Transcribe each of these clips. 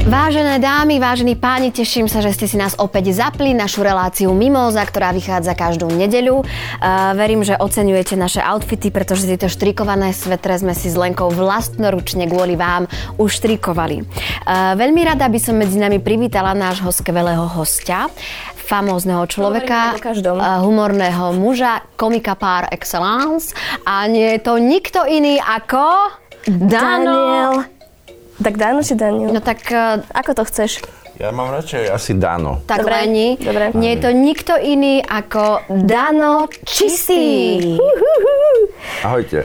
Vážené dámy, vážení páni, teším sa, že ste si nás opäť zapli, našu reláciu Mimóza, ktorá vychádza každú nedeľu. Verím, že oceňujete naše outfity, pretože tieto štrikované svetre sme si s Lenkou vlastnoručne kvôli vám uštrikovali. Veľmi rada by som medzi nami privítala nášho skvelého hostia, famózneho človeka, humorného muža, komika par excellence. A nie je to nikto iný ako Dano. Tak Dano či Daniel? No tak... Ako to chceš? Ja mám radšej asi Dano. Tak Leni, nie je to nikto iný ako Dano Čistý. Ahojte.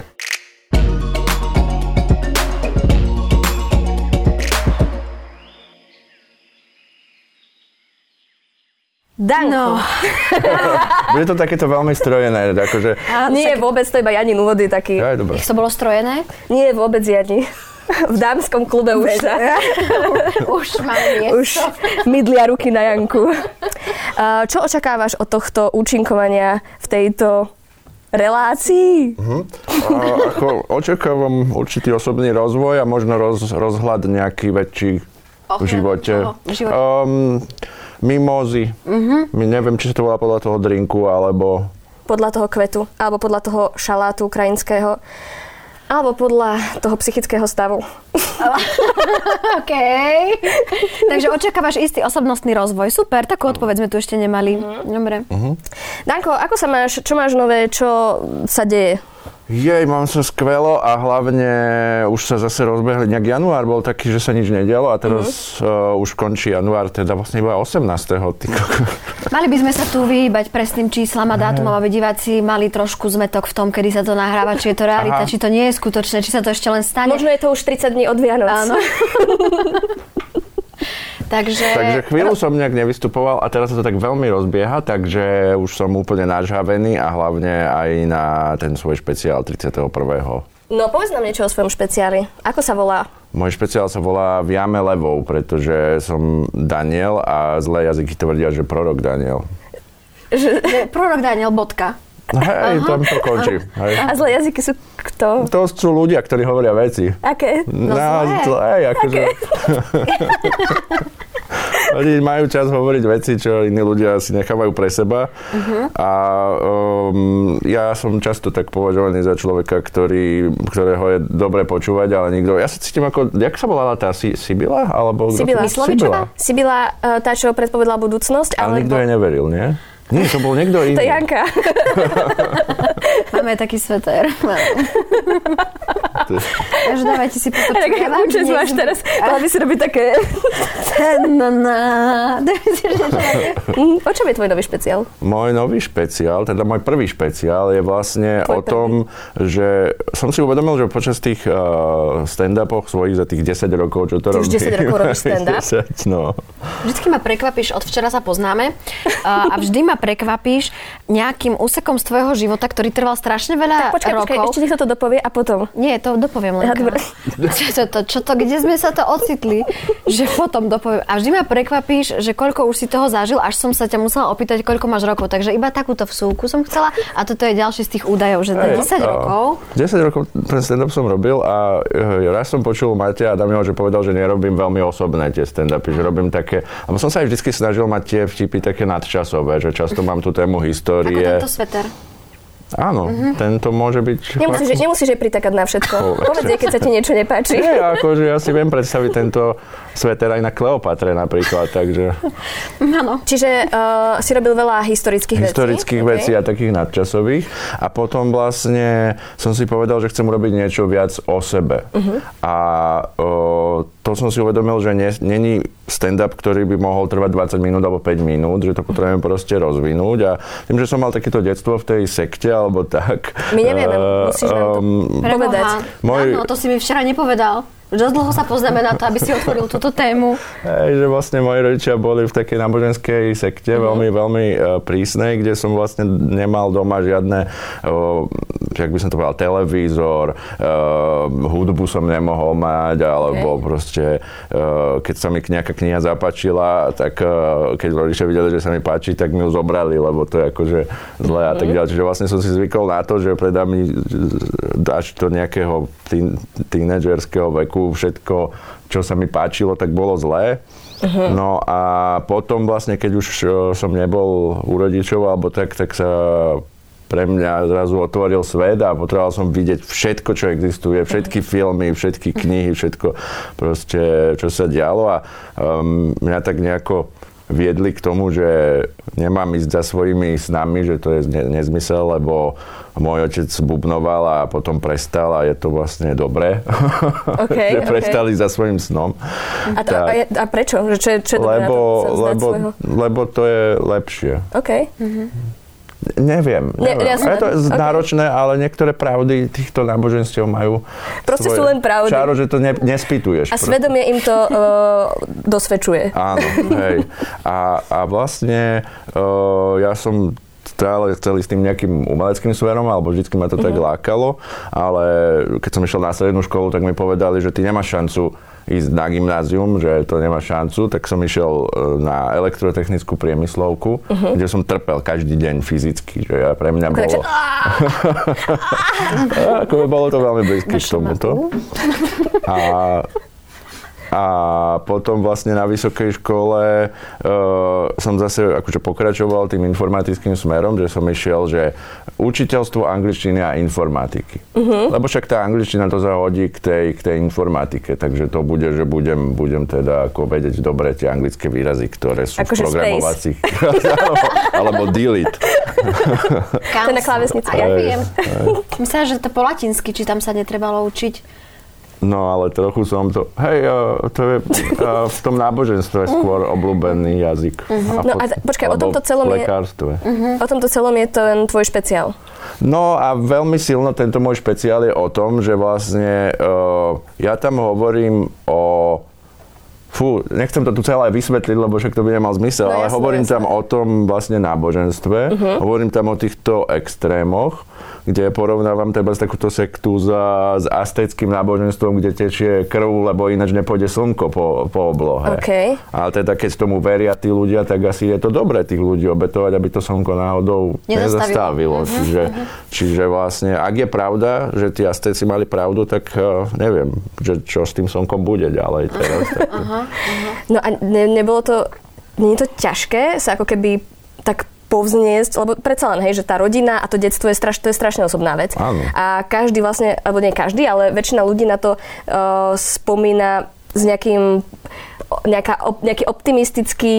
Danko. No. Bude to takéto veľmi strojené, akože... Nie, vôbec to iba Janin úvod je taký. Ja, dobre. To bolo strojené? Nie, vôbec Jani. V dámskom klube už sa. Už máme miesto. Už mydlia ruky na Janku. Čo očakávaš od tohto účinkovania v tejto relácii? Ako očakávam určitý osobný rozvoj a možno rozhľad nejaký väčší v živote. Mimózy. Neviem, či sa to volá podľa toho drinku, alebo... Podľa toho kvetu, alebo podľa toho šalátu ukrajinského. Alebo podľa toho psychického stavu. OK. Takže očakávaš istý osobnostný rozvoj. Super, takú odpoveď sme tu ešte nemali. Dobre. Danko, ako sa máš? Čo máš nové? Čo sa deje? Mám sa skvelo a hlavne už sa zase rozbehli. Nejak január bol taký, že sa nič nedialo a teraz už končí január, teda vlastne iba 18. Mali by sme sa tu vyhýbať presným číslam a dátumom, aby diváci mali trošku zmetok v tom, kedy sa to nahráva, či je to realita, či to nie je skutočné, či sa to ešte len stane. Možno je to už 30 dní od Vianoc. Áno. Takže chvíľu som nejak nevystupoval a teraz sa to tak veľmi rozbieha, takže už som úplne nažhavený a hlavne aj na ten svoj špeciál 31. No povedz nám niečo o svojom špeciáli. Ako sa volá? Môj špeciál sa volá V jame levou, pretože som Daniel a zlé jazyky tvrdia, že prorok Daniel. Prorok Daniel, bodka. Hej, tam to končí. Hej. A zlé jazyky sú kto? To sú ľudia, ktorí hovoria veci. Aké? Zlé, akože... Oni majú čas hovoriť veci, čo iní ľudia si nechávajú pre seba. A ja som často tak považovaný za človeka, ktorého je dobre počúvať, ale nikto... Ja sa cítim ako... Jak sa volala tá Sibila? Alebo... Myslovičová? Sibila, tá, čo predpovedala budúcnosť, ale nikto jej neveril, nie? Nie, to bol niekto iný. To je Janka. Máme taký sveter. Takže dávajte si pozor. Aké účes máš teraz? Mala by si robiť také... O čom je tvoj nový špeciál? Môj nový špeciál, teda môj prvý špeciál je vlastne o tom, že som si uvedomil, že počas tých stand-upoch svojich za tých 10 rokov, čo to robím. Ty už 10 rokov robíš stand-up? 10, no. Vždycky ma prekvapíš, od včera sa poznáme, a vždy ma prekvapíš nejakým úsekom z tvojho života, ktorý trval strašne veľa počkaj, rokov. Ešte niekto to dopovie a potom. Nie, to dopoviem len. Čo to, kde sme sa to ocitli, že potom dopoviem. A vždy ma prekvapíš, že koľko už si toho zažil, až som sa ťa musela opýtať, koľko máš rokov. Takže iba takúto vsúku som chcela a toto je ďalší z tých údajov, že 10 rokov. 10 rokov ten stand-up som robil a raz som počul Maťa Adamiho, že povedal, že nerobím veľmi osobné tie stand-upy, že robím také, a som sa aj vždycky snažil mať tie vtipy také nadčasové, že často mám tú tému histórie. Ako tento sveter. Áno, tento môže byť... Nemusíš jej pritakať na všetko. Povedz jej, keď sa ti niečo nepáči. Nie, akože ja si viem predstaviť tento sveter aj na Kleopatre napríklad, takže... Áno. Čiže si robil veľa historických vecí a takých nadčasových. A potom vlastne som si povedal, že chcem urobiť niečo viac o sebe. A to som si uvedomil, že není stand-up, ktorý by mohol trvať 20 minút alebo 5 minút, že to potrebujem proste rozvinúť. A tým, že som mal takéto detstvo v tej sekte, alebo tak... My nevieme, musíš nám to povedať. Áno, to si mi včera nepovedal. Dosť dlho sa poznáme na to, aby si otvoril túto tému. Že vlastne moji rodičia boli v takej náboženskej sekte, veľmi, veľmi prísnej, kde som vlastne nemal doma žiadne, jak by som to povedal, televízor, hudbu som nemohol mať, alebo proste, keď sa mi nejaká kniha zapáčila, tak keď rodičia videli, že sa mi páči, tak mi ju zobrali, lebo to je akože zlé a tak ďalej. Čiže vlastne som si zvykol na to, že až do nejakého tínedžerského veku všetko čo sa mi páčilo, tak bolo zlé. No a potom vlastne, keď už som nebol u rodičov alebo tak sa pre mňa zrazu otvoril svet a potreboval som vidieť všetko, čo existuje, všetky filmy, všetky knihy, všetko proste, čo sa dialo a mňa tak nejako viedli k tomu, že nemám ísť za svojimi snami, že to je nezmysel, lebo môj otec bubnoval a potom prestal a je to vlastne dobré. Že prestali za svojím snom. A prečo? Čo je dobré na to? Lebo to je lepšie. Neviem. Jasné, je to náročné, ale niektoré pravdy týchto náboženstiev majú proste sú len pravdy. Čaro, že to nespýtuješ. A svedomie im to dosvedčuje. Áno, hej. A vlastne ja som stále chcel s tým nejakým umeleckým smerom, alebo vždycky ma to tak lákalo, ale keď som išiel na strednú školu, tak mi povedali, že ty nemáš šancu ísť na gymnázium, že to nemá šancu, tak som išiel na elektrotechnickú priemyslovku, kde som trpel každý deň fyzicky, že pre mňa bolo... Bolo to veľmi blízky k tomuto. A potom vlastne na vysokej škole som zase akože pokračoval tým informatickým smerom, že som išiel, že učiteľstvo angličtiny a informatiky. Lebo však tá angličtina to zahodí k tej informatike, takže to bude, že budem teda ako vedieť dobre tie anglické výrazy, ktoré sú v programovacích. Alebo delete. To je na klávesnici. Ja viem. Myslím, že to po latinsky, či tam sa netrebalo učiť. No, ale trochu som to... Hej, to je v tom náboženstve skôr obľúbený jazyk. No a počkaj, o tomto celom o tomto celom je ten tvoj špeciál. No a veľmi silno tento môj špeciál je o tom, že vlastne ja tam hovorím o... nechcem to tu celé vysvetliť, lebo však to by nemal zmysel, ale hovorím tam o tom vlastne náboženstve, hovorím tam o týchto extrémoch, kde porovnávam teda takúto sektu s aztéckým náboženstvom, kde tečie krv, lebo ináč nepôjde slnko po oblohe. Ale teda keď tomu veria tí ľudia, tak asi je to dobré tých ľudí obetovať, aby to slnko náhodou nezastavilo. Čiže vlastne, ak je pravda, že tí Aztéci mali pravdu, tak neviem, že čo s tým slnkom bude ďalej teraz. No a nebolo to, nie je to ťažké sa ako keby tak povzniesť, lebo predsa len, hej, že tá rodina a to detstvo je strašne osobná vec. Áno. A každý vlastne, alebo nie každý, ale väčšina ľudí na to spomína s nejaký optimistický,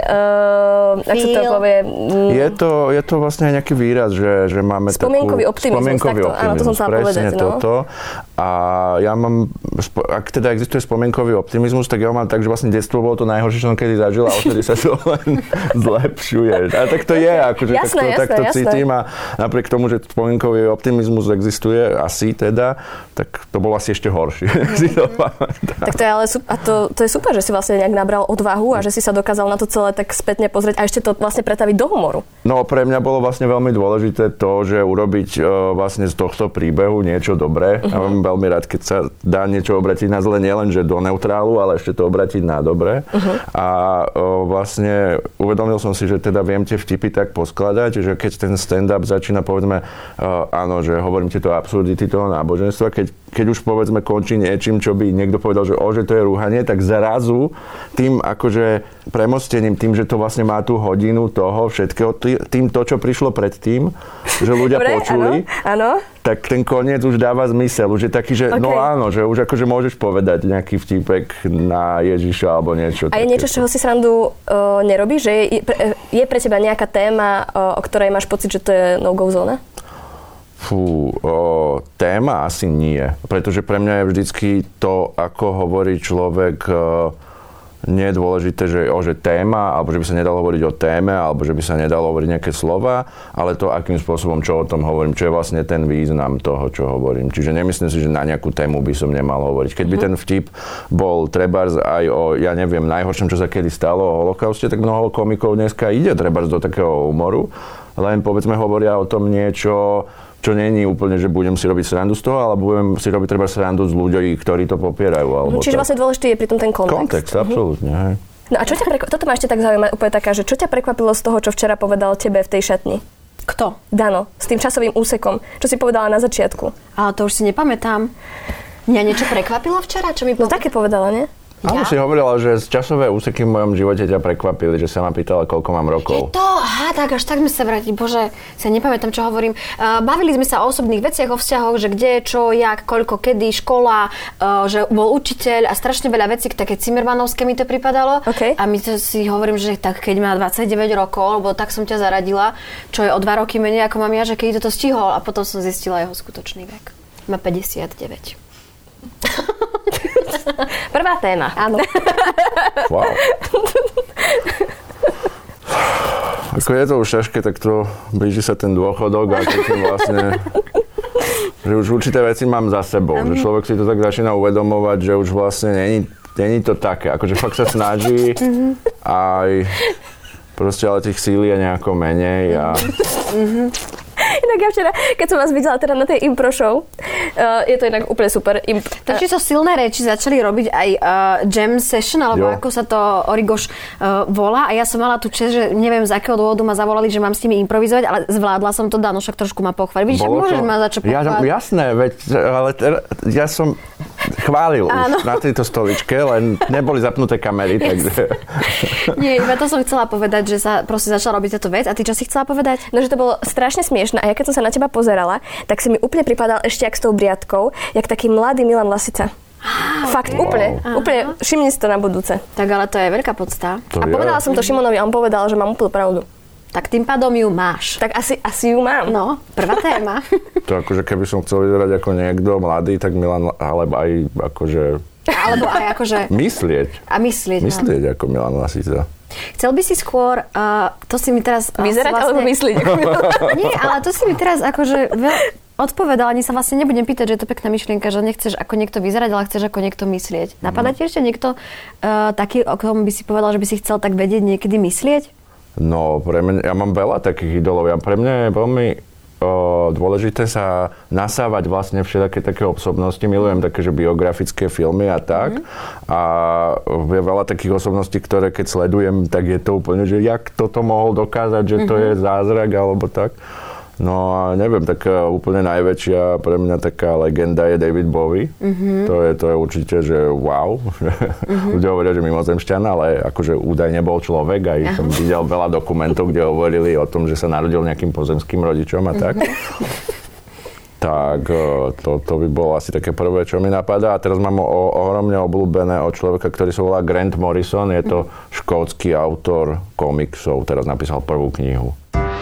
ak sa to povie... Je to vlastne aj nejaký výraz, že máme spomienkový optimizmus, áno, to som sa povedať. Toto. A ja mám, ak teda existuje spomienkový optimizmus, tak ja mám tak, že vlastne detstvo bolo to najhoršie, čo som kedy zažil a odtedy sa to len zlepšuje. A tak to je, akože takto cítim a napriek tomu, že spomienkový optimizmus existuje asi teda, tak to bolo asi ešte horšie. Tak to je ale to je super, že si vlastne nejak nabral odvahu a že si sa dokázal na to celé tak spätne pozrieť a ešte to vlastne pretaviť do humoru. No pre mňa bolo vlastne veľmi dôležité to, že urobiť vlastne z tohto príbehu niečo dobré. Ja mám veľmi rád, keď sa dá niečo obratiť na zle, nielen že do neutrálu, ale ešte to obratiť na dobré. A vlastne uvedomil som si, že teda viem tie vtipy tak poskladať, že keď ten stand-up začína, povedzme, áno, že hovorím tieto absurdity toho náboženstva, keď už povedzme končí niečím, čo by niekto povedal, že to je rúhanie, tak zrazu tým akože premostením, tým, že to vlastne má tú hodinu toho všetkého, tým to, čo prišlo predtým, že ľudia počuli, áno. Tak ten koniec už dáva zmysel. Už je taký, že no áno, že už akože môžeš povedať nejaký vtipek na Ježiša alebo niečo. A je niečo, z čoho si srandu nerobíš? Že je pre teba nejaká téma, o ktorej máš pocit, že to je no-go zóna? Téma asi nie. Pretože pre mňa je vždycky to, ako hovorí človek, nie je dôležité, že téma, alebo že by sa nedalo hovoriť o téme, alebo že by sa nedalo hovoriť nejaké slova, ale to, akým spôsobom, čo o tom hovorím, čo je vlastne ten význam toho, čo hovorím. Čiže nemyslím si, že na nejakú tému by som nemal hovoriť. Keď by ten vtip bol trebárs aj o, ja neviem, najhoršom, čo sa kedy stalo o holokauste, tak mnoho komikov dneska ide trebárs do takého humoru, len povedzme hovoria o tom niečo, čo není úplne, že budem si robiť srandu z toho, ale budem si robiť treba srandu z ľudí, ktorí to popierajú. Alebo čiže vlastne dôležitý je pritom ten kontext. Kontext, absolútne. Hej. No a čo ťa toto ma ešte tak zaujíma, úplne taká, že čo ťa prekvapilo z toho, čo včera povedal tebe v tej šatni? Kto? Dano, s tým časovým úsekom. Čo si povedala na začiatku? Ale to už si nepamätám. Mňa niečo prekvapilo včera? Čo mi No také povedala, nie? Áno, si hovorila, že z časové úseky v mojom živote ťa prekvapili, že sa ma pýtala, koľko mám rokov. Je to? Tak až tak sme sa vrátiť. Bože, sa nepamätám, čo hovorím. Bavili sme sa o osobných veciach, o vzťahoch, že kde, čo, jak, koľko, kedy, škola, že bol učiteľ a strašne veľa vecí, také Cimmermanovské mi to pripadalo. Okay. A my to si hovorím, že tak keď má 29 rokov, lebo tak som ťa zaradila, čo je o 2 roky menej ako mám ja, že keď toto stihol a potom som zistila jeho skutočný vek. Má 59. Prvá téma. Áno. Wow. Ako je to už ťažké, tak to blíži sa ten dôchodok a keď vlastne, že už určité veci mám za sebou, že človek si to tak začína uvedomovať, že už vlastne není to také, akože fakt sa snaží aj proste, ale tých síl je nejako menej a... Inak ja včera, keď som vás videla teda na tej impro show, je to inak úplne super. Takže so silné reči začali robiť aj jam session, alebo ako sa to Origoš volá. A ja som mala tu čest, že neviem z akého dôvodu ma zavolali, že mám s nimi improvizovať, ale zvládla som to, Dano, však trošku ma pochváliť. Vidíš, môžeš ma za čo pochváliť. Jasné, veď, ale ja som chválil už na tejto stoličke, len neboli zapnuté kamery, takže... Nie, iba to som chcela povedať, že sa proste začala robiť táto vec. A ty čo si chcela povedať? No, že to bolo strašne smiešne. A ja keď som sa na teba pozerala, tak si mi úplne pripadal ešte jak s tou briadkou, jak taký mladý Milan Lasica. Fakt, úplne. Všimni si to na budúce. Tak ale to je veľká podsta. A povedala som to Šimonovi a on povedal, že mám úplnú pravdu. Tak tým pádom ju máš. Tak asi ju mám. No, prvá téma. To akože keby som chcel vyzerať ako niekto mladý, tak Milan, alebo aj akože... Alebo aj akože... Myslieť. A myslieť. Myslieť ako Milan Lasica. Chcel by si skôr, to si mi teraz... Vyzerať vlastne, alebo myslieť? Nie, ale to si mi teraz akože odpovedal, ani sa vlastne nebudem pýtať, že je to pekná myšlienka, že nechceš ako niekto vyzerať, ale chceš ako niekto myslieť. Napadá ti ešte niekto taký, o kom by si povedal, že by si chcel tak vedieť niekedy myslieť? No, pre mňa, ja mám veľa takých idolov. Pre mňa je veľmi dôležité sa nasávať vlastne všetky také osobnosti. Milujem také, že biografické filmy a tak. A je veľa takých osobností, ktoré keď sledujem, tak je to úplne, že jak toto mohol dokázať, že to je zázrak alebo tak. No a neviem, taká úplne najväčšia pre mňa taká legenda je David Bowie. To je určite, že wow. Ľudia hovoria, že mimozemšťan, ale akože údajne bol človek. Aj som videl veľa dokumentov, kde hovorili o tom, že sa narodil nejakým pozemským rodičom a tak. Tak to by bolo asi také prvé, čo mi napadá. A teraz mám ohromne obľúbené od človeka, ktorý sa volá Grant Morrison. Je to škótsky autor komiksov. Teraz napísal prvú knihu.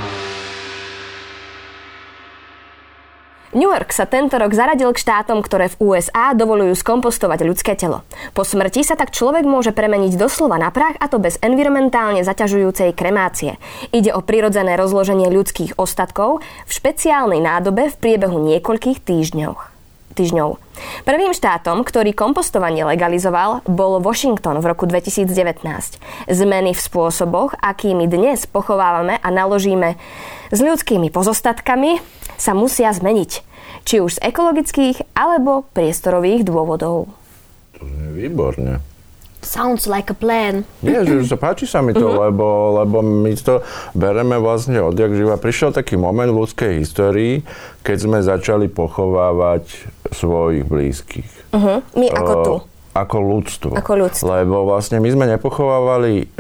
New York sa tento rok zaradil k štátom, ktoré v USA dovolujú skompostovať ľudské telo. Po smrti sa tak človek môže premeniť doslova na prach, a to bez environmentálne zaťažujúcej kremácie. Ide o prirodzené rozloženie ľudských ostatkov v špeciálnej nádobe v priebehu niekoľkých týždňov. Prvým štátom, ktorý kompostovanie legalizoval, bol Washington v roku 2019. Zmeny v spôsoboch, akými dnes pochovávame a naložíme s ľudskými pozostatkami, sa musia zmeniť. Či už z ekologických alebo priestorových dôvodov. To je výborné. Sounds like a plan. Nie, že páči sa mi to, lebo my to bereme vlastne odjak živa. Prišiel taký moment v ľudskej histórii, keď sme začali pochovávať svojich blízkych. My ako tu. Ako ľudstvo. Ako ľudstvo. Lebo vlastne my sme nepochovávali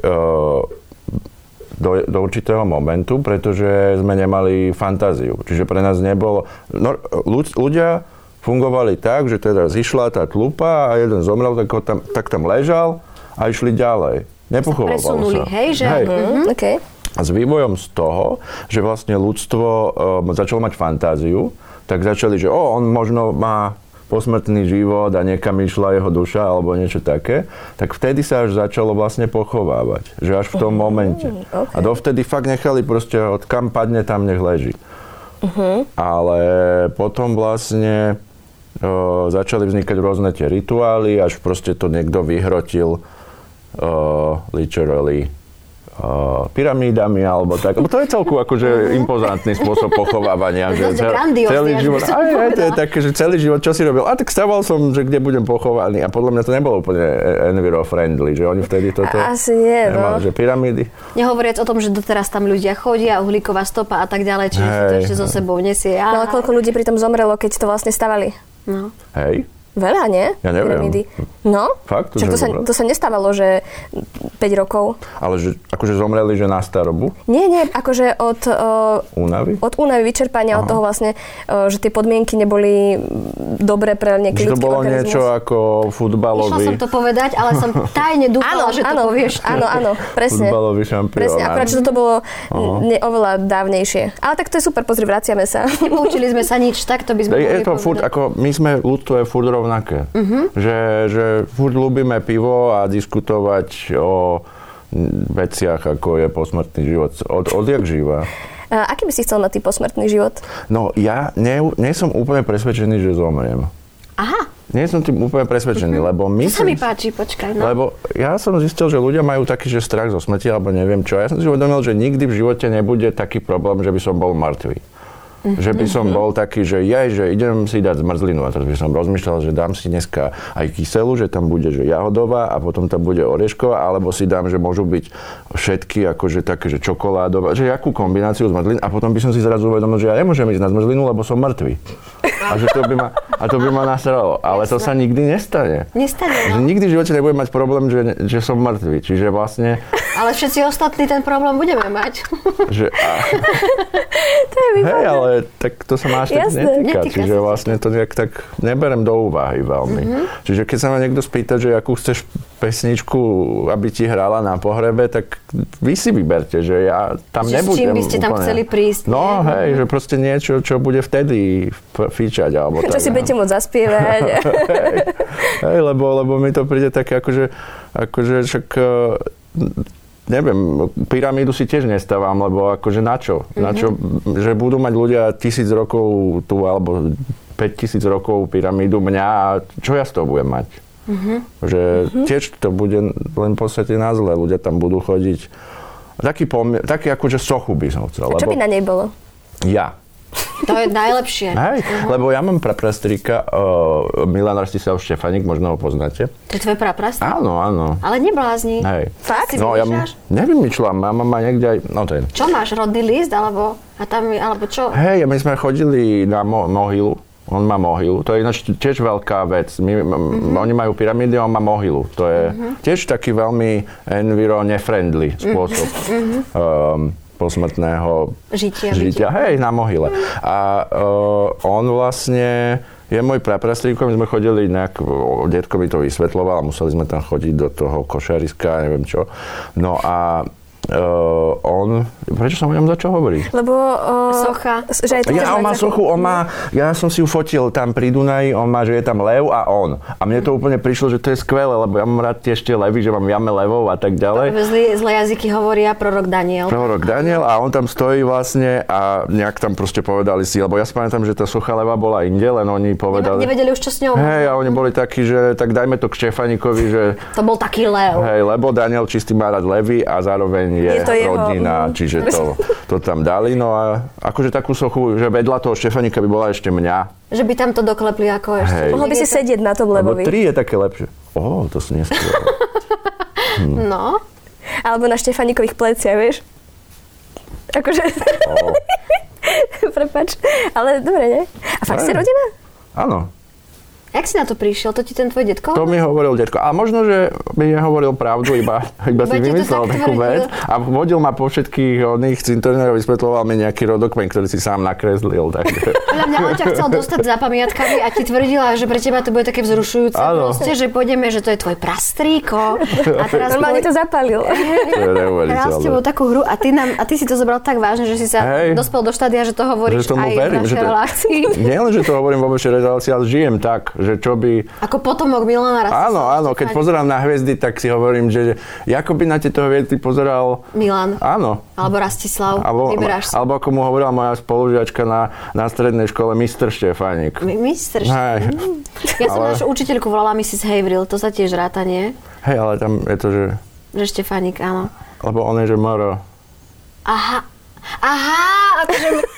do určitého momentu, pretože sme nemali fantáziu. Čiže pre nás nebolo... No, ľudia fungovali tak, že teda zišla tá tlupa a jeden zomrel, tak tam ležal a išli ďalej. Nepochovávalo sa. Presunuli, hej? Že... Okay. A s vývojom z toho, že vlastne ľudstvo začalo mať fantáziu, tak začali, že on možno má posmrtný život a niekam išla jeho duša alebo niečo také, tak vtedy sa až začalo vlastne pochovávať. Že až v tom momente. Okay. A dovtedy fakt nechali proste, od kam padne, tam nech leží. Ale potom vlastne začali vznikať rôzne tie rituály, až proste to niekto vyhrotil literally pyramídami alebo tak. To je celku akože impozantný spôsob pochovávania. Že celý život. To je také, že celý život, čo si robil? A tak stával som, že kde budem pochovaný. A podľa mňa to nebolo úplne enviro-friendly, že oni vtedy toto... Asi nie, nemali, že pyramídy. Nehovoriac o tom, že doteraz tam ľudia chodia, uhlíková stopa a tak ďalej, čiže si to ešte so sebou nesie. Ale koľko ľudí pri tom zomrelo, keď to vlastne stavali? No. Hej. Veľa, nie? Ja neviem. Pyramídy. No? Fakt? Čo, to sa nestávalo, že 5 rokov. Ale že akože zomreli, že na starobu? Nie, akože od... Únavy? Od únavy, vyčerpania, od toho vlastne, že tie podmienky neboli dobré pre nejaký ľudský organizmus. Že to bolo niečo ako futbalový... Išla som to povedať, ale som tajne dúfala, že to povieš. Áno, presne. Futbalový šampión. Presne, akurát, že to bolo oveľa dávnejšie. Ale tak to je super, pozri, vraciame sa. Nepoučili sme sa nič, tak to by sme Je to furt, ako my sme, ľudstvo je furt rovnaké. Že furt ľúbime pivo a diskutovať o veciach, ako je posmrtný život. Odjak živa. Aký by si chcel mať ty posmrtný život? No, ja nie som úplne presvedčený, že zomriem. Aha. Nie som tým úplne presvedčený, lebo my... To sa mi páči, počkaj. No. Lebo ja som zistil, že ľudia majú taký, že strach zo smrti, alebo neviem čo. Ja som si uvedomil, že nikdy v živote nebude taký problém, že by som bol mŕtvý. Že by som bol taký, že idem si dať zmrzlinu. A teraz by som rozmýšľal, že dám si dneska aj kyselu, že tam bude že jahodová a potom tam bude oriešková, alebo si dám, že môžu byť všetky akože také, že čokoládová, že jakú kombináciu zmrzlín a potom by som si zrazu uvedomil, že ja nemôžem ísť na zmrzlinu, lebo som mŕtvý. A že to by ma nasralo. Ale to sa nikdy nestane. Nestane, no. Že nikdy v živote nebudem mať problém, že som mŕtvý. Čiže vlastne... Ale všetci ostatní ten problém budeme mať. To je výborné. Hej, ale tak to sa ma až tak netýka. Čiže vlastne to nejak tak neberem do úvahy veľmi. Čiže keď sa ma niekto spýta, že akú chceš pesničku, aby ti hrala na pohrebe, tak vy si vyberte, že ja tam nebudem. S čím by ste tam chceli prísť? No, hej, že proste niečo, čo bude vtedy fíčať. Alebo čo tak, si budete môcť zaspievať. hej, lebo mi to príde také akože však... Neviem, pyramídu si tiež nestávam, lebo akože na čo? Na čo? Že budú mať ľudia 1000 rokov tu, alebo 5000 rokov pyramídu mňa a čo ja z toho budem mať? Že tiež to bude len v podstate na zle. Ľudia tam budú chodiť. Taký akože sochu by som chcel. A čo by na nej bolo? Ja. To je najlepšie. Hej, lebo ja mám praprastrika Milan Rastislav Štefanik, možno ho poznáte. To je tvoj praprastrík? Áno. Ale neblázni. Hej. Fakt? No, ja nevymýšľam, mama má niekde aj... No to je... Čo máš, rodný list, alebo čo? Hej, my sme chodili na mohylu. On má mohylu. To je ináč tiež veľká vec. Oni majú pyramídy, on má mohylu. To je tiež taký veľmi enviro-nefriendly spôsob. Posmrtného žitia. Hej, na mohyle. A on vlastne je môj praprastríko, my sme chodili detko mi to vysvetľoval a museli sme tam chodiť do toho košariska, neviem čo. No a prečo som o ňom začal hovoriť? Lebo socha. On má sochu, ja som si ju fotil tam pri Dunaji, on má, že je tam lev a on. A mne to úplne prišlo, že to je skvelé, lebo ja mám rád ešte levy, že mám jame levov a tak ďalej. Zlé jazyky hovoria prorok Daniel. A on tam stojí vlastne a nejak tam proste povedali si, lebo ja si pamätám, že tá socha leva bola inde, len oni povedali... Nevedeli už čo s ňou. Hej, a oni boli takí, že tak dajme to k Štefanikovi, že... To bol taký lev. Hej, lebo Daniel čistý má rád levy a zároveň je rodina, čiže to tam dali. No a akože takú sochu, že vedľa toho Štefanika by bola ešte mňa. Že by tam to doklepli ako ešte. Mohol by si sedieť na tom levovi. Lebo 3 je také lepšie. To si neskôr. No. Alebo na Štefanikových pleciach, vieš? Akože... Prepáč. Ale dobre, nie? A fakt ste rodina? Áno. Jak si na to prišiel? To ti ten tvoj detko? To mi hovoril detko. A možno, že by nehovoril pravdu, iba si vymyslel takú vec. A vodil ma po všetkých oných cintorínoch, vysvetľoval mi nejaký rodokmeň, ktorý si sám nakreslil. Podľa mňa on ťa chcel dostať za pamiatkami a ti tvrdila, že pre teba to bude také vzrušujúce. Proste, že pôjdeme, že to je tvoj prastrýko. A teraz normálne to zapálil. Hral s tebou takú hru a ty si to zobral tak vážne, že si sa dospel do štádia, že to hovoríš aj v našej relácii. Nie len, že to hovorím vo vašej relácii, ale žijem tak, že čo by... Ako potomok Milana Rastislava. Áno, keď pozerám na hviezdy, tak si hovorím, že ako by na tieto hviezdy pozeral... Milan. Áno. Alebo Rastislav. Vyberáš si. Alebo ako mu hovorila moja spolužiačka na strednej škole, Mr. Štefánik. Mr. Štefánik. Ja som našu učiteľku volala Mrs. Haverhill, to sa tiež ráta, nie? Hej, ale tam je to, že... Že Štefánik, áno. Lebo on je, že Moro. Aha, akože...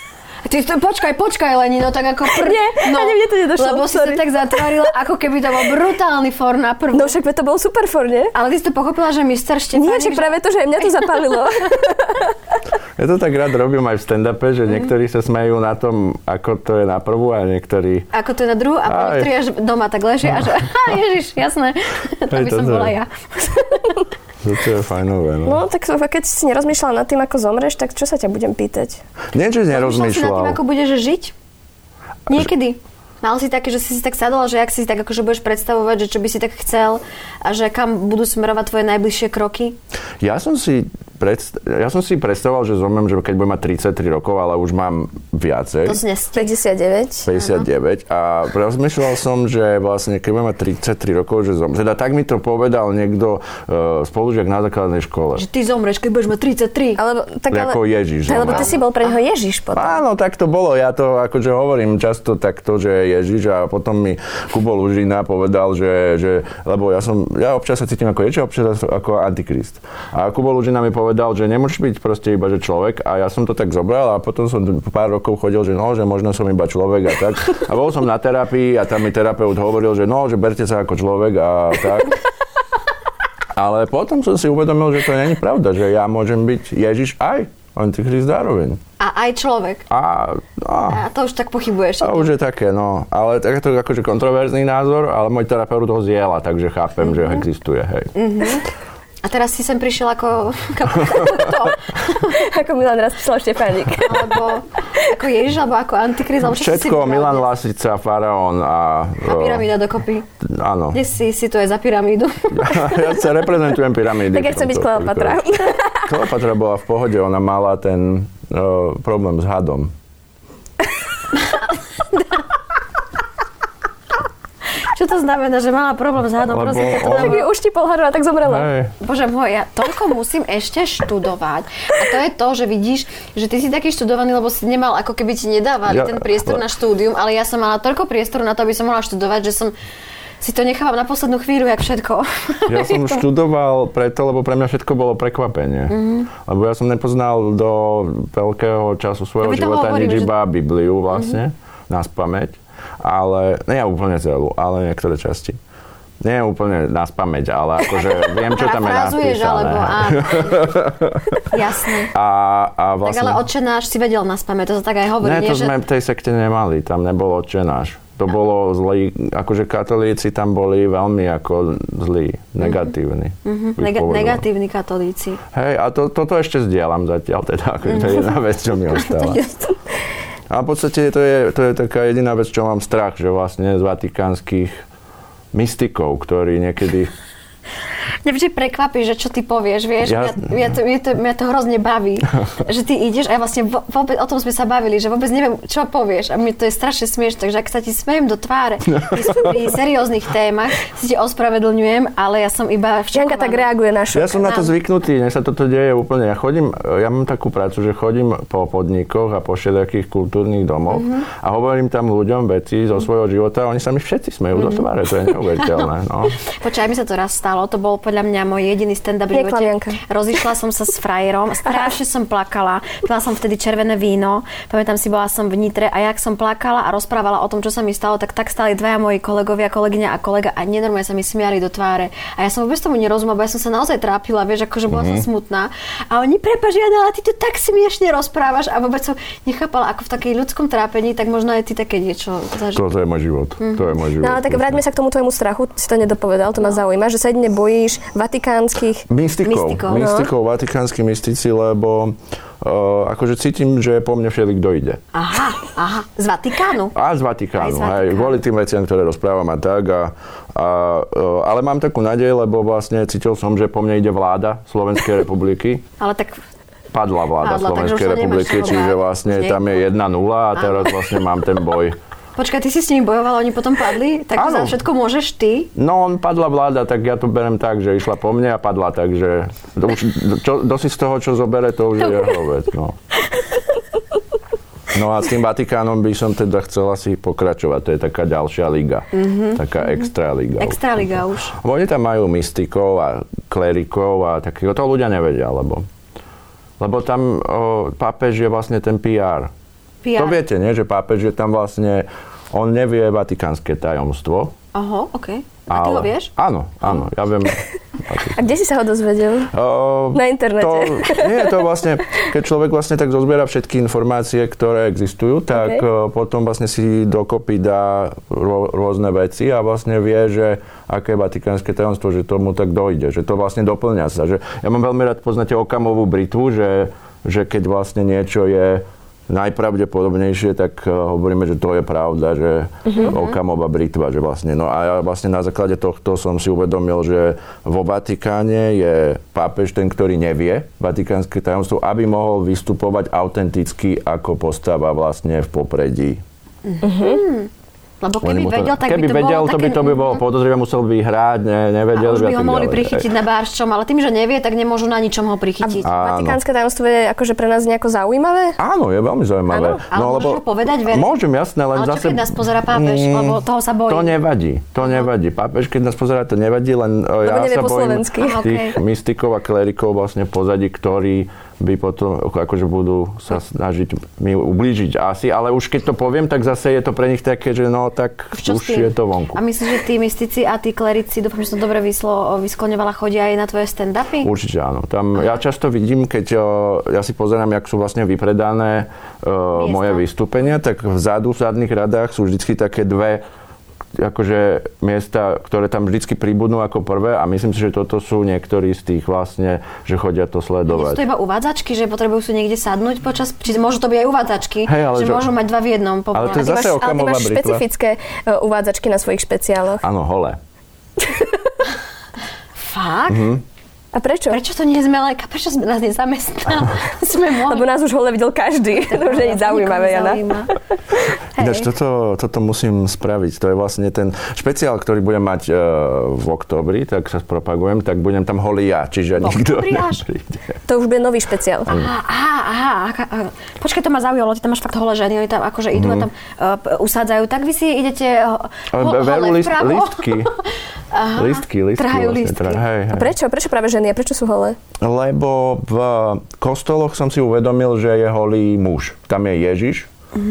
Počkaj, Lenino, tak ako Nie, ani mne to nedošlo. Lebo si to tak zatvárila, ako keby to bol brutálny for na prvú. No však to bol super for, nie? Ale ty si to pochopila, že Mr. Štefánik... Nie, však práve to, že aj mňa to zapálilo. Ja to tak rád robím aj v stand-upe, že niektorí sa smejú na tom, ako to je na prvú a niektorí... Ako to je na druhú a niektorí až doma tak ležia a že Ježiš, jasné, to by som bola ja. To je fajnové, no. No, tak keď si nerozmýšľala nad tým, ako zomreš, tak čo sa ťa budem pýtať? Nie, že nerozmýšľal. Rozmýšľal si nad tým, ako budeš žiť? Niekedy. Mal si také, že si tak sadala, že ak si tak akože budeš predstavovať, že čo by si tak chcel a že kam budú smerovať tvoje najbližšie kroky? Ja som si predstavoval, že zomrem, že keď budem mať 33 rokov, ale už mám viacej. To znie 59. A rozmýšľal som, že vlastne keď budem mať 33 rokov, že zomrem. Teda tak mi to povedal niekto spolužiak na základnej škole. Že ty zomreš, keď budeš mať 33. Ako Ježiš. Lebo ty si bol pre neho Ježiš potom. Áno, tak to bolo. Ja to akože hovorím často takto, že Ježiš a potom mi Kubo Lužina povedal, že lebo ja občas sa cítim ako Ježiš, občas ako Antikrist. A Kubo Lužina mi povedal, že nemôžeš byť proste iba že človek a ja som to tak zobral a potom som pár rokov chodil, že že možno som iba človek a tak. A bol som na terapii a tam mi terapeut hovoril, že že berte sa ako človek a tak. Ale potom som si uvedomil, že to nie je pravda, že ja môžem byť Ježiš aj Antikrist zároveň. A aj človek. A to už tak pochybuješ. To už je také, no. Ale tak je to akože kontroverzný názor, ale môj terapeut ho zdieľa, takže chápem, že existuje, hej. A teraz si sem prišiel ako ako Milan Rastislav Štefánik. Alebo ako Ježiš, alebo ako Antikrist. Všetko, Milan Lasica, Faraón a pyramída dokopy. Áno. Kde si to je za pyramídu? Ja sa reprezentujem pyramídy. Tak ja chcem byť Kleopatra. Kleopatra bola v pohode, ona mala ten problém s hadom. Čo to znamená, že mala problém s hadom? Tak ju uštipol hadu a tak zomrela. Hej. Bože môj, ja toľko musím ešte študovať. A to je to, že vidíš, že ty si taký študovaný, lebo si nemal, ako keby ti nedávali ten priestor na štúdium, ale ja som mala toľko priestoru na to, aby som mohla študovať, že som si to nechávam na poslednú chvíľu, jak všetko. Ja som študoval preto, lebo pre mňa všetko bolo prekvapenie. Lebo ja som nepoznal do veľkého času svojho života nič iba Bibliu vlastne, naspamäť. Ale, nie úplne celú, ale niektoré časti. Nie úplne naspamäť, ale akože viem, čo tam je napísané. Alebo jasné. A vlastne... Tak ale Otčenáš si vedel naspamäť, to sa tak aj hovorí. Nie, to sme v tej sekte nemali, tam nebol Otčenáš. To bolo zlý, akože katolíci tam boli veľmi ako zlí, negatívni. Negatívni katolíci. Hej, a toto ešte zdieľam zatiaľ, teda, akože to je jedna vec, čo mi ostala. A v podstate to je taká jediná vec, čo mám strach, že vlastne z vatikánskych mystikov, ktorí niekedy... Mňa vždy prekvapí, že čo ty povieš, vieš, mňa to hrozne baví, že ty ideš a ja vlastne vôbec, o tom sme sa bavili, že vôbec neviem, čo povieš a mi to je strašne smiešne, takže ak sa ti smejem do tváre pri serióznych témach, si ti ospravedlňujem, ale ja som iba včakovaná. Janka tak reaguje na šok. Ja som na to zvyknutý, nech sa toto deje úplne. Ja mám takú prácu, že chodím po podnikoch a po všelijakých kultúrnych domoch a hovorím tam ľuďom veci zo svojho života a oni sa mi všetci smejú do tváre, to je neuveriteľné. No. Počkaj, mi sa to raz stalo, to bol podľa mňa môj jediný stand-up v živote. Rozišla som sa s frajerom, strašne som plakala. Pila som vtedy červené víno. Pamätám si, bola som v Nitre a jak som plakala a rozprávala o tom, čo sa mi stalo, tak stáli dvaja moji kolegovia, kolegyňa a kolega a nenormálne sa mi smiali do tváre. A ja som vôbec tomu nerozumela, bo ja som sa naozaj trápila, vieš, akože bola som smutná. A oni, prepáč, Jana, ty to tak smiešne rozprávaš a vôbec som nechápala, ako v takej ľudskom trápení, tak možno aj ty také niečo zažil. To je môj život. To je môj život. No, ale tak vráťme sa k tomu tvojmu strachu, si to nedopovedal, to ma zaujíma, že sa jedine bojíš vatikánskych mystikov, vatikánski mystici, lebo akože cítim, že po mne všelik dojde. Aha. Z Vatikánu? Z Vatikánu, hej. Kvôli tým veciam, ktoré rozprávam a tak. Ale mám takú nádej, lebo vlastne cítil som, že po mne ide vláda Slovenskej republiky. Ale tak... Padla vláda Slovenskej republiky, čiže vlastne tam je 1-0 a teraz vlastne mám ten boj. Počkaj, ty si s nimi bojoval, oni potom padli? Tak za všetko môžeš ty? No, padla vláda, tak ja to berem tak, že išla po mne a padla, takže dosi z toho, čo zobere, to už je jeho vec, no. No a s tým Vatikánom by som teda chcela si pokračovať, to je taká ďalšia liga, taká extra liga. Extra liga už. Oni tam majú mystikov a klerikov a takého, to ľudia nevedia, lebo tam pápež je vlastne ten PR. To viete, nie? Že pápež je tam vlastne, on nevie vatikánske tajomstvo. Aha, okej. A ty ho vieš? Áno, ja viem. A kde si sa ho dozvedel? Na internete? Nie, to vlastne, keď človek vlastne tak zozbiera všetky informácie, ktoré existujú, tak potom vlastne si dokopy dá rôzne veci a vlastne vie, že aké je vatikánske tajomstvo, že tomu tak dojde, že to vlastne doplňa sa. Že ja mám veľmi rád, poznáte Ockamovú britvu, že keď vlastne niečo je najpravdepodobnejšie, tak hovoríme, že to je pravda, že Ockamova britva, že vlastne. No a ja vlastne na základe tohto som si uvedomil, že vo Vatikáne je pápež ten, ktorý nevie vatikánske tajomstvo, aby mohol vystupovať autenticky ako postava vlastne v popredí. Lebo keby vedel, tak by to bolo také... to by bolo podozrivé, musel by hrať, nevedel. A už by ho mohli prichytiť na barščom, ale tým, že nevie, tak nemôžu na ničom ho prichytiť. A vatikánske tajomstvo je akože pre nás nejako zaujímavé? Áno, je veľmi zaujímavé. Áno? Ale môžeš ho povedať, Veri? Môžem, jasné, len ale zase... keď nás pozerá pápež, lebo toho sa bojí. To nevadí. Pápež, keď nás pozerá, to nevadí, len ja sa bojím tých mystikov a klerikov vlastne pozadí, ktorí by potom akože budú sa snažiť mi ublížiť asi, ale už keď to poviem, tak zase je to pre nich také, že no tak už je to vonku. A myslíš, že tí mystici a tí klerici, dúfam, že som dobre vyskloňovala, chodia aj na tvoje stand-upy? Určite áno. Tam ja často vidím, keď ja si pozerám, jak sú vlastne vypredané moje vystúpenia, tak vzadu v zadných radách sú vždycky také dve akože miesta, ktoré tam vždycky pribudnú ako prvé a myslím si, že toto sú niektorí z tých vlastne, že chodia to sledovať. Nie sú to iba uvádzačky, že potrebujú si niekde sadnúť počas, či môžu to byť aj uvádzačky, že môžu mať dva v jednom. Ale to je zase Ockamová britva. Ale ty máš špecifické uvádzačky na svojich špeciáloch. Áno, holé. Fakt? A prečo? Prečo to nie sme lajka? Prečo sme nás nezamestnali? Lebo nás už hole videl každý. To už nie je zaujímavé, Jana. Ináč, toto musím spraviť. To je vlastne ten špeciál, ktorý budem mať v októbri, tak sa propagujem, tak budem tam holý ja, čiže nikto nepríde. To už bude nový špeciál. Aha. Počkaj, to ma zaujalo, ty tam máš fakt holé ženy, oni tam akože idú a tam usádzajú. Tak vy si idete holé vpravo. Listky. Trhajú listky. A prečo práve ženy? A prečo sú holé? Lebo v kostoloch som si uvedomil, že je holý muž. Tam je Ježiš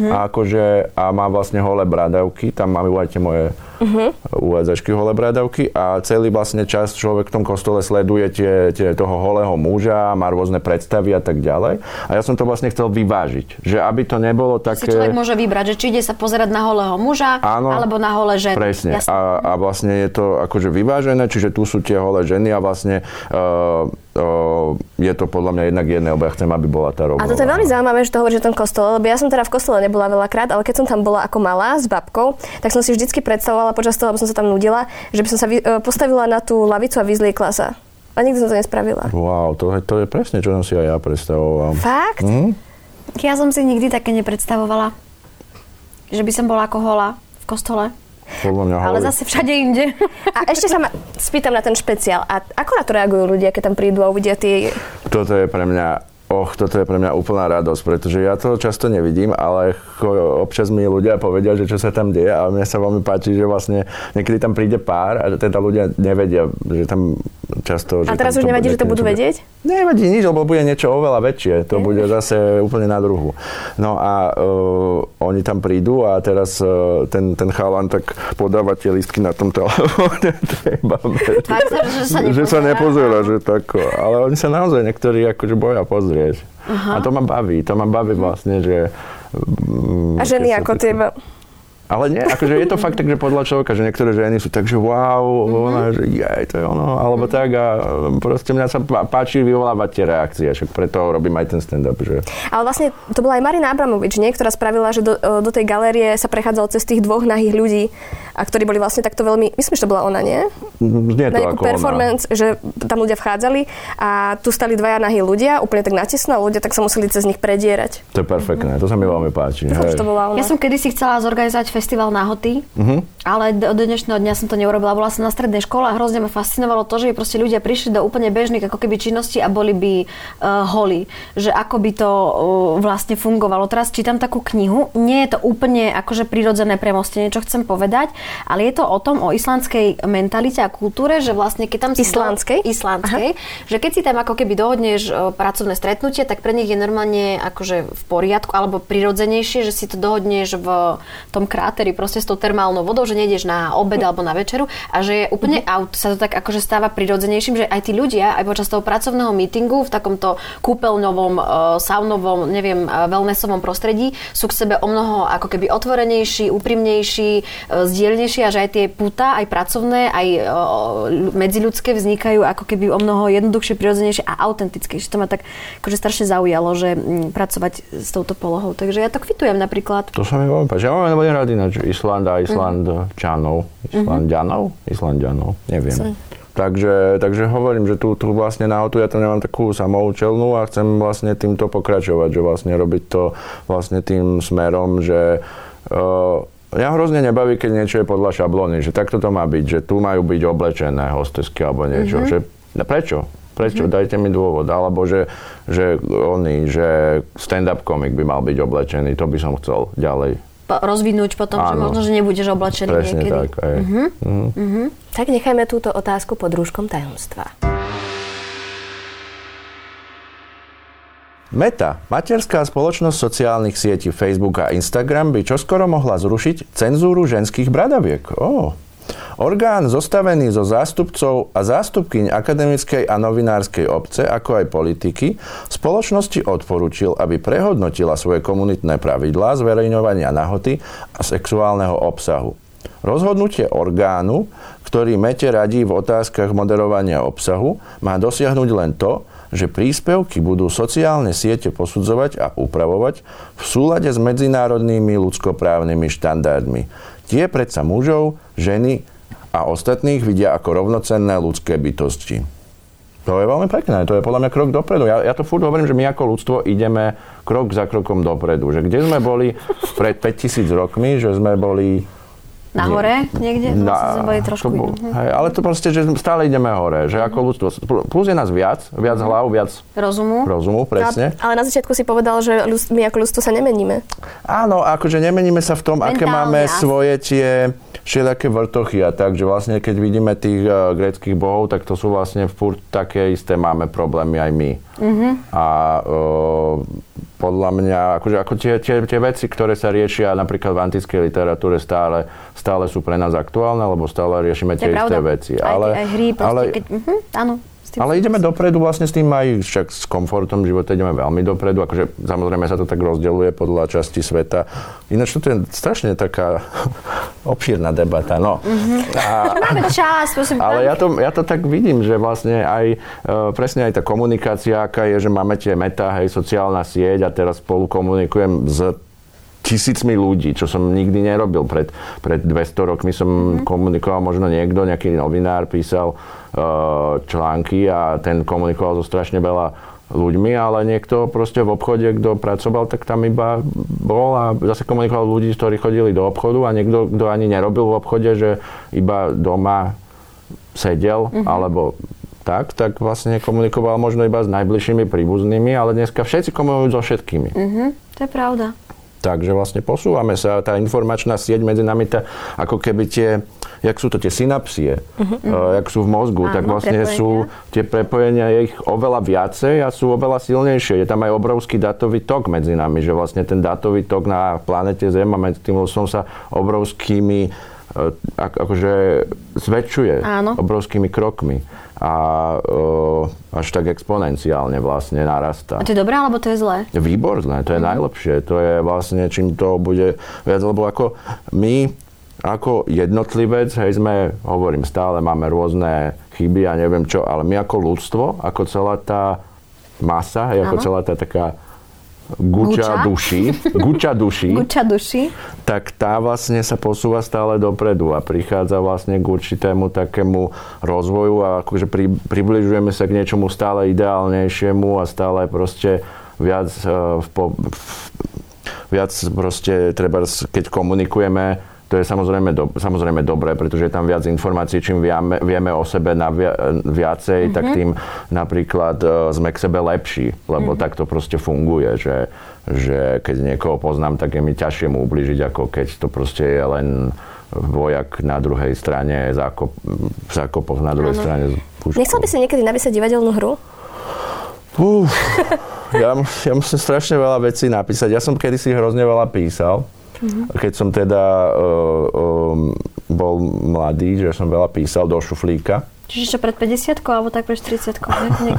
a má vlastne holé bradavky. Tam majú aj tie moje uvádzačky holé bradavky a celý vlastne čas človek v tom kostole sleduje toho holého muža, má rôzne predstavy a tak ďalej. A ja som to vlastne chcel vyvážiť. Že aby to nebolo také... Si človek môže vybrať, že či ide sa pozerať na holého muža, alebo na holé ženy. Presne. A vlastne je to akože vyvážené, čiže tu sú tie holé ženy a vlastne je to podľa mňa jednak jedné, lebo ja chcem, aby bola tá rovnováha. A to je veľmi zaujímavé, že to hovoríš o tom kostole, lebo ja som teda v kostole nebola veľakrát, ale keď som tam bola ako malá s babkou, tak som si vždycky predstavovala počas toho, aby som sa tam nudila, že by som sa postavila na tú lavicu a vyzliekla sa. A nikdy som to nespravila. Wow, to je presne, čo som si aj ja predstavoval. Fakt? Ja som si nikdy také nepredstavovala. Že by som bola ako holá v kostole. Podľa mňa ale zase všade inde. A ešte sa spýtam na ten špeciál. A ako na to reagujú ľudia, keď tam prídu a uvidia tie... Toto je pre mňa úplná radosť, pretože ja to často nevidím, ale občas mi ľudia povedia, že čo sa tam deje a mne sa veľmi páči, že vlastne niekedy tam príde pár a teda ľudia nevedia, že tam často... A teraz už nevadí, že to budú vedieť? Nevadí nič, lebo bude niečo oveľa väčšie. To bude zase úplne na druhu. No a oni tam prídu a teraz ten chalan tak podáva tie listky na tom telefóne. Že sa nepozerá, že tak... Ale oni sa naozaj niektorí akože boja pozrieť. A to ma baví vlastne, že... A ženy ako teba? Ale nie, akože je to fakt tak, že podľa človeka, že niektoré ženy sú tak, že wow, ona, že to je ono, alebo tak a proste mňa sa páči vyvolávať tie reakcie, však preto robím aj ten stand-up, že... Ale vlastne to bola aj Marina Abramovič, nie? Ktorá spravila, že do tej galérie sa prechádzalo cez tých dvoch nahých ľudí, a ktorí boli vlastne takto veľmi, myslím, že to bola ona, nie? Nie to na nejakú ako performance, ona. Že tam ľudia vchádzali a tu stali dvaja nahí ľudia, úplne tak natesno, a ľudia tak sa museli cez nich predierať. To je perfektné, to sa mi veľmi páči. Ja som kedysi chcela zorganizovať festival nahoty. Ale do dnešného dňa som to neurobila. Bola som na strednej škole a hrozne ma fascinovalo to, že proste ľudia prišli do úplne bežných ako keby činnosti a boli by holí. Že ako by to vlastne fungovalo. Teraz čítam takú knihu. Nie je to úplne akože prirodzené premostenie, čo chcem povedať, ale je to o tom, o islandskej mentalite a kultúre, že vlastne keď tam... Islandskej, že keď si tam ako keby dohodneš pracovné stretnutie, tak pre nich je normálne akože v poriadku alebo prirodzenejšie, že si to dohodneš v tom kráteri proste s tou termálnou vodou, že nejdeš na obed alebo na večeru a že je úplne sa to tak akože stáva prirodzenejším, že aj tí ľudia aj počas toho pracovného meetingu v takomto kúpeľňovom, saunovom, neviem, wellnessovom prostredí sú k sebe omnoho ako keby otvorenejší, úprimnejší, zdieľnejší a že aj tie púta, aj pracovné, aj medziľudské vznikajú ako keby omnoho jednoduchšie, prirodzenejšie a autentickejšie. To ma tak akože strašne zaujalo, že pracovať s touto polohou. Takže ja to kvitujem napríklad. To sa mi veľmi páči. Ja mám veľmi rád ináč Islandianov, neviem. Takže hovorím, že tu vlastne na autu ja to nemám takú samoučelnú a chcem vlastne týmto pokračovať, že vlastne robiť to vlastne tým smerom, že mňa hrozne nebaví, keď niečo je podľa šablóny, že takto to má byť, že tu majú byť oblečené hostesky alebo niečo. Že, prečo? Dajte mi dôvod. Alebo že stand-up komik by mal byť oblečený, to by som chcel ďalej rozvinúť potom, že možno, že nebudeš oblečený presne niekedy. Tak, aj. Tak nechajme túto otázku pod rúškom tajomstva. Meta, materská spoločnosť sociálnych sietí Facebook a Instagram, by čoskoro mohla zrušiť cenzúru ženských bradaviek. Orgán zostavený zo zástupcov a zástupkyň akademickej a novinárskej obce, ako aj politiky, spoločnosti odporúčil, aby prehodnotila svoje komunitné pravidlá zverejňovania nahoty a sexuálneho obsahu. Rozhodnutie orgánu, ktorý Mete radí v otázkach moderovania obsahu, má dosiahnuť len to, že príspevky budú sociálne siete posudzovať a upravovať v súlade s medzinárodnými ľudskoprávnymi štandardmi. Tie predsa mužov, ženy a ostatných vidia ako rovnocenné ľudské bytosti. To je veľmi pekné, to je podľa mňa krok dopredu. Ja to furt hovorím, že my ako ľudstvo ideme krok za krokom dopredu. Že kde sme boli pred 5000 rokmi, že sme boli... Nahore niekde? Sme boli trošku... ale to proste, že stále ideme hore, že ako ľudstvo. Plus je nás viac hlav, viac rozumu, presne. Ale na začiatku si povedal, že my ako ľudstvo sa nemeníme. Áno, akože nemeníme sa v tom, aké máme svoje tie všelijaké vrtochy a tak, že vlastne keď vidíme tých gréckych bohov, tak to sú vlastne furt také isté, máme problémy aj my. A podľa mňa, ako tie veci, ktoré sa riešia napríklad v antickej literatúre stále sú pre nás aktuálne, lebo stále riešime tie isté veci. Aj hry, proste, áno. Ale ideme dopredu vlastne s tým aj však s komfortom života ideme veľmi dopredu, akože samozrejme sa to tak rozdeľuje podľa časti sveta. Ináč to je strašne taká obšírna debata, no. Máme čas. Ale ja to tak vidím, že vlastne aj presne aj tá komunikácia, aká je, že máme tie meta, hej, sociálna sieť a teraz spolu komunikujem s tisícmi ľudí, čo som nikdy nerobil. Pred 200 rokmi som komunikoval, možno nejaký novinár písal články a ten komunikoval so strašne veľa ľuďmi, ale niekto proste v obchode, kto pracoval, tak tam iba bol a zase komunikoval ľudí, ktorí chodili do obchodu a niekto, kto ani nerobil v obchode, že iba doma sedel, alebo tak vlastne komunikoval možno iba s najbližšími príbuznými, ale dneska všetci komunikujú so všetkými. To je pravda. Takže vlastne posúvame sa, tá informačná sieť medzi nami, ako keby jak sú to tie synapsie, jak sú v mozgu, tak vlastne sú tie prepojenia, je ich oveľa viacej a sú oveľa silnejšie. Je tam aj obrovský dátový tok medzi nami, že vlastne ten dátový tok na planete Zem a medzi tým som sa obrovskými akože zväčšuje obrovskými krokmi a až tak exponenciálne vlastne narastá. A to je dobré, alebo to je zlé? Výborné, to je najlepšie. To je vlastne, čím to bude viac, lebo ako my, ako jednotlivec, hej, hovorím, stále máme rôzne chyby a neviem čo, ale my ako ľudstvo, ako celá tá masa, ako celá tá taká guča duší, tak tá vlastne sa posúva stále dopredu a prichádza vlastne k určitému takému rozvoju a akože približujeme sa k niečomu stále ideálnejšiemu a stále proste viac proste treba, keď komunikujeme To je samozrejme dobré, pretože je tam viac informácií, čím vieme o sebe viacej, tak tým napríklad sme k sebe lepší, lebo tak to proste funguje, že keď niekoho poznám, tak je mi ťažšie mu ublížiť, ako keď to proste je len vojak na druhej strane, zákopov na druhej strane. Nechcel by si niekedy napísať divadelnú hru? Ja musím strašne veľa vecí napísať. Ja som kedysi hrozne veľa písal. Keď som teda bol mladý, že som veľa písal do šuflíka. Čiže čo, pred 50-kou, alebo tak pred 40-kou,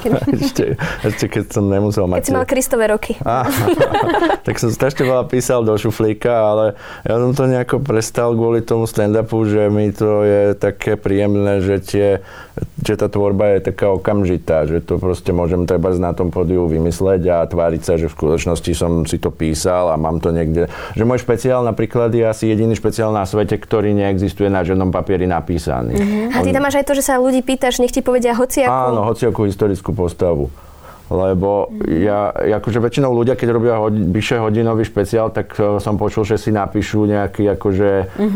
ešte keď som nemusel mať... Keď si mal Kristové roky. Tak som strašne veľa písal do šuflíka, ale ja som to nejako prestal kvôli tomu stand-upu, že mi to je také príjemné, že tá tvorba je taká okamžitá, že to proste môžem treba na tom pódiu vymysleť a tváriť sa, že v skutočnosti som si to písal a mám to niekde. Že môj špeciál napríklad je asi jediný špeciál na svete, ktorý neexistuje na žiadnom papieri napísaný. A ty tam máš aj to, že sa ľudí pýtaš, nech ti povedia hociakú... Áno, hociakú historickú postavu. Lebo ja akože väčšinou ľudia, keď robia vyššie hodinový špeciál, tak som počul, že si napíšu nejaký akože,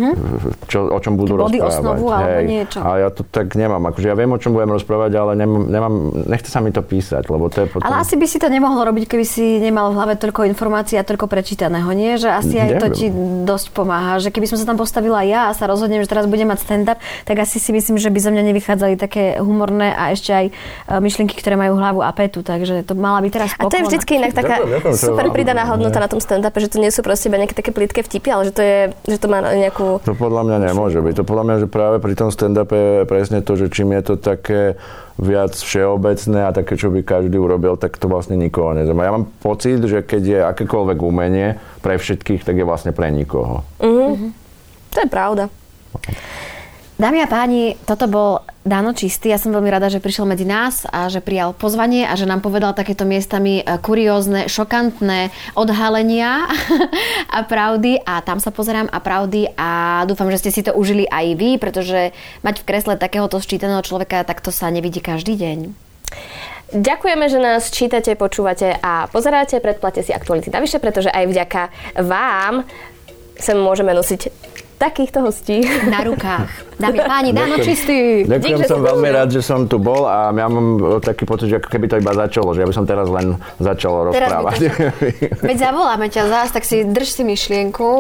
o čom budú rozprávať. Osnovu alebo niečo. A ja to tak nemám. Akože ja viem, o čom budem rozprávať, ale nechce sa mi to písať, lebo to je potom... Ale asi by si to nemohlo robiť, keby si nemal v hlave toľko informácií a toľko prečítaného, nie? Že asi aj to ti dosť pomáha. Že keby som sa tam postavila ja a sa rozhodnem, že teraz budem mať stand-up, tak asi si myslím, že by zo mňa nevychádzali také humorné a ešte aj myšlienky, ktoré majú hlavu a petu. Takže to mala byť teraz spokojná. A to je vždycky inak taká super pridaná hodnota na tom stand-upe, že to nie sú proste iba nejaké také plítke vtipy, ale že to má nejakú... To podľa mňa nemôže byť. To podľa mňa, že práve pri tom stand-upe je presne to, že čím je to také viac všeobecné a také, čo by každý urobil, tak to vlastne nikoho nezaujíma. Ja mám pocit, že keď je akékoľvek umenie pre všetkých, tak je vlastne pre nikoho. To je pravda. Dámy a páni, toto bol Dano Čistý. Ja som veľmi rada, že prišiel medzi nás a že prijal pozvanie a že nám povedal takéto miestami kuriózne, šokantné odhalenia a pravdy. A tam sa pozerám a pravdy a dúfam, že ste si to užili aj vy, pretože mať v kresle takéhoto ščítaného človeka, takto sa nevidí každý deň. Ďakujeme, že nás čítate, počúvate a pozeráte. Predplatte si Aktuality navyše, pretože aj vďaka vám sa môžeme nosiť takýchto hostí na rukách. Dámy a páni, Dano Čistý. Ďakujem, som veľmi rád, že som tu bol a ja mám taký pocit, že ako keby to iba začalo, že ja by som teraz len začal rozprávať. Veď zavoláme ťa zás, tak si drž si myšlienku.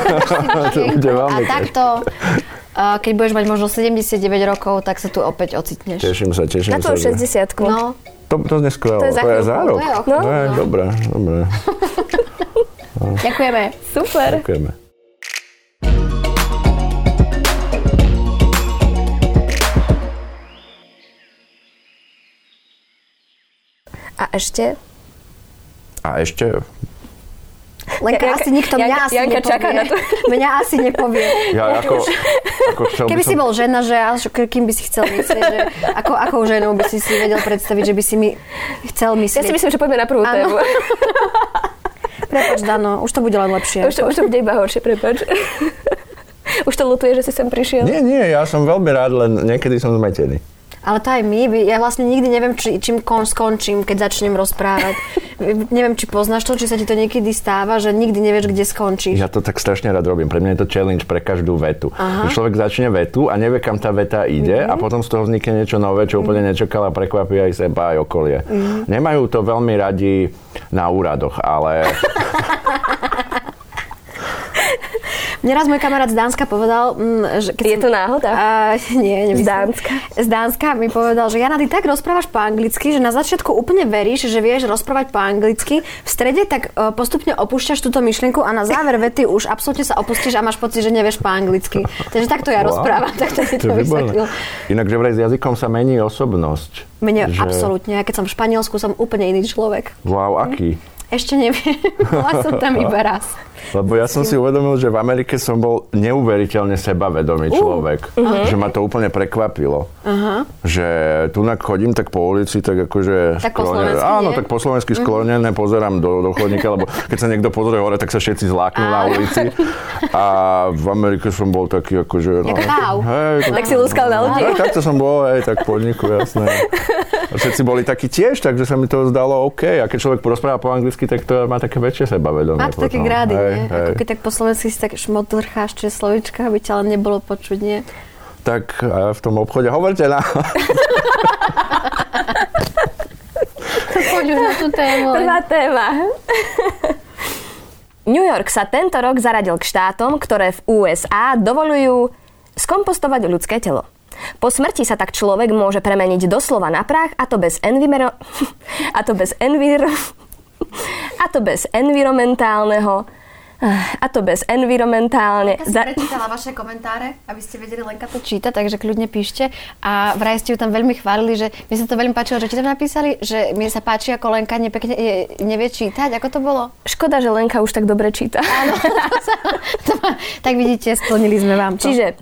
A takto, keď budeš mať možno 79 rokov, tak sa tu opäť ocitneš. Teším sa. Na tú 60-ku. No. To znie skvelé. To je za rok. Dobre. Ďakujeme. Super. Ďakujeme. A ešte? Lenka, asi nikto mňa asi nepovie. Mňa asi nepovie. Keby si bol žena, že kým by si chcel myslieť, že akou ženou by si vedel predstaviť, že by si mi chcel myslieť. Ja si myslím, že poďme na prvú tému. Prepáč, Dano, už to bude len lepšie. Už to bude iba horšie, prepáč. Už to ľutuje, že si sem prišiel? Nie, ja som veľmi rád, len niekedy som zmetený. Ale to aj my. Ja vlastne nikdy neviem, čím skončím, keď začnem rozprávať. Neviem, či poznáš to, či sa ti to niekedy stáva, že nikdy nevieš, kde skončíš. Ja to tak strašne rád robím. Pre mňa je to challenge pre každú vetu. Človek začne vetu a nevie, kam tá veta ide a potom z toho vznikne niečo nové, čo úplne nečakal a prekvapí aj seba, aj okolie. Nemajú to veľmi radi na úradoch, ale... Mne raz môj kamarát z Dánska povedal, že... Je to náhoda? Nie, z Dánska. Z Dánska mi povedal, že Jana, ty tak rozprávaš po anglicky, že na začiatku úplne veríš, že vieš rozprávať po anglicky, v strede tak postupne opúšťaš túto myšlienku a na záver vety už absolútne sa opustíš a máš pocit, že nevieš po anglicky. Takže takto ja rozprávam, takto si to vysvetlil. Inak, že vraj s jazykom sa mení osobnosť. Absolútne. Ja keď som v Španielsku, som úplne iný človek. Wow, aký? Ešte neviem. Bola som tam iba raz. Lebo ja som si uvedomil, že v Amerike som bol neuveriteľne sebavedomý človek. Že ma to úplne prekvapilo. Že tunak chodím tak po ulici, tak akože... Tak po slovensky, áno, tak po slovensky sklonené pozerám do chodníka, lebo keď sa niekto pozrie hore, tak sa všetci zláknú na ulici. A v Amerike som bol taký akože... Hej, tak si lúskal na ľudí. Takto som bol, tak podniku, jasné. Všetci boli takí tiež, takže sa mi to zdalo OK. A keď človek porozpráva po anglicky, tak to má také väčšie sebavedomie. Má to také grády, nie? Ako keď tak po slovensky si tak šmotrcháš tie slovíčka, aby ťa len nebolo počuť, nie? Tak v tom obchode hovorte na... Poď už na tú tému. Prvá téma. New York sa tento rok zaradil k štátom, ktoré v USA dovolujú skompostovať ľudské telo. Po smrti sa tak človek môže premeniť doslova na prach, a to bez environmentálne... Ja som prečítala vaše komentáre, aby ste vedeli, Lenka to číta, takže kľudne píšte. A vraj ste ju tam veľmi chválili, že mi sa to veľmi páčilo, že ti tam napísali, že mi sa páči, ako Lenka nevie čítať. Ako to bolo? Škoda, že Lenka už tak dobre číta. Áno. Tak vidíte, splnili sme vám to. Čiže...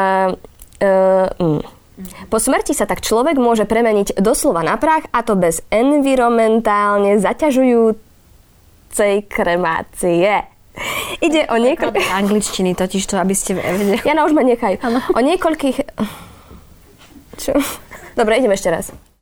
Po smrti sa tak človek môže premeniť doslova na prach, a to bez environmentálne zaťažujúcej kremácie. Ide o niekoľko... angličtiny totiž to, aby ste vedeli. Jana, už ma nechaj. Ano. O niekoľkých... Čo? Dobre, idem ešte raz.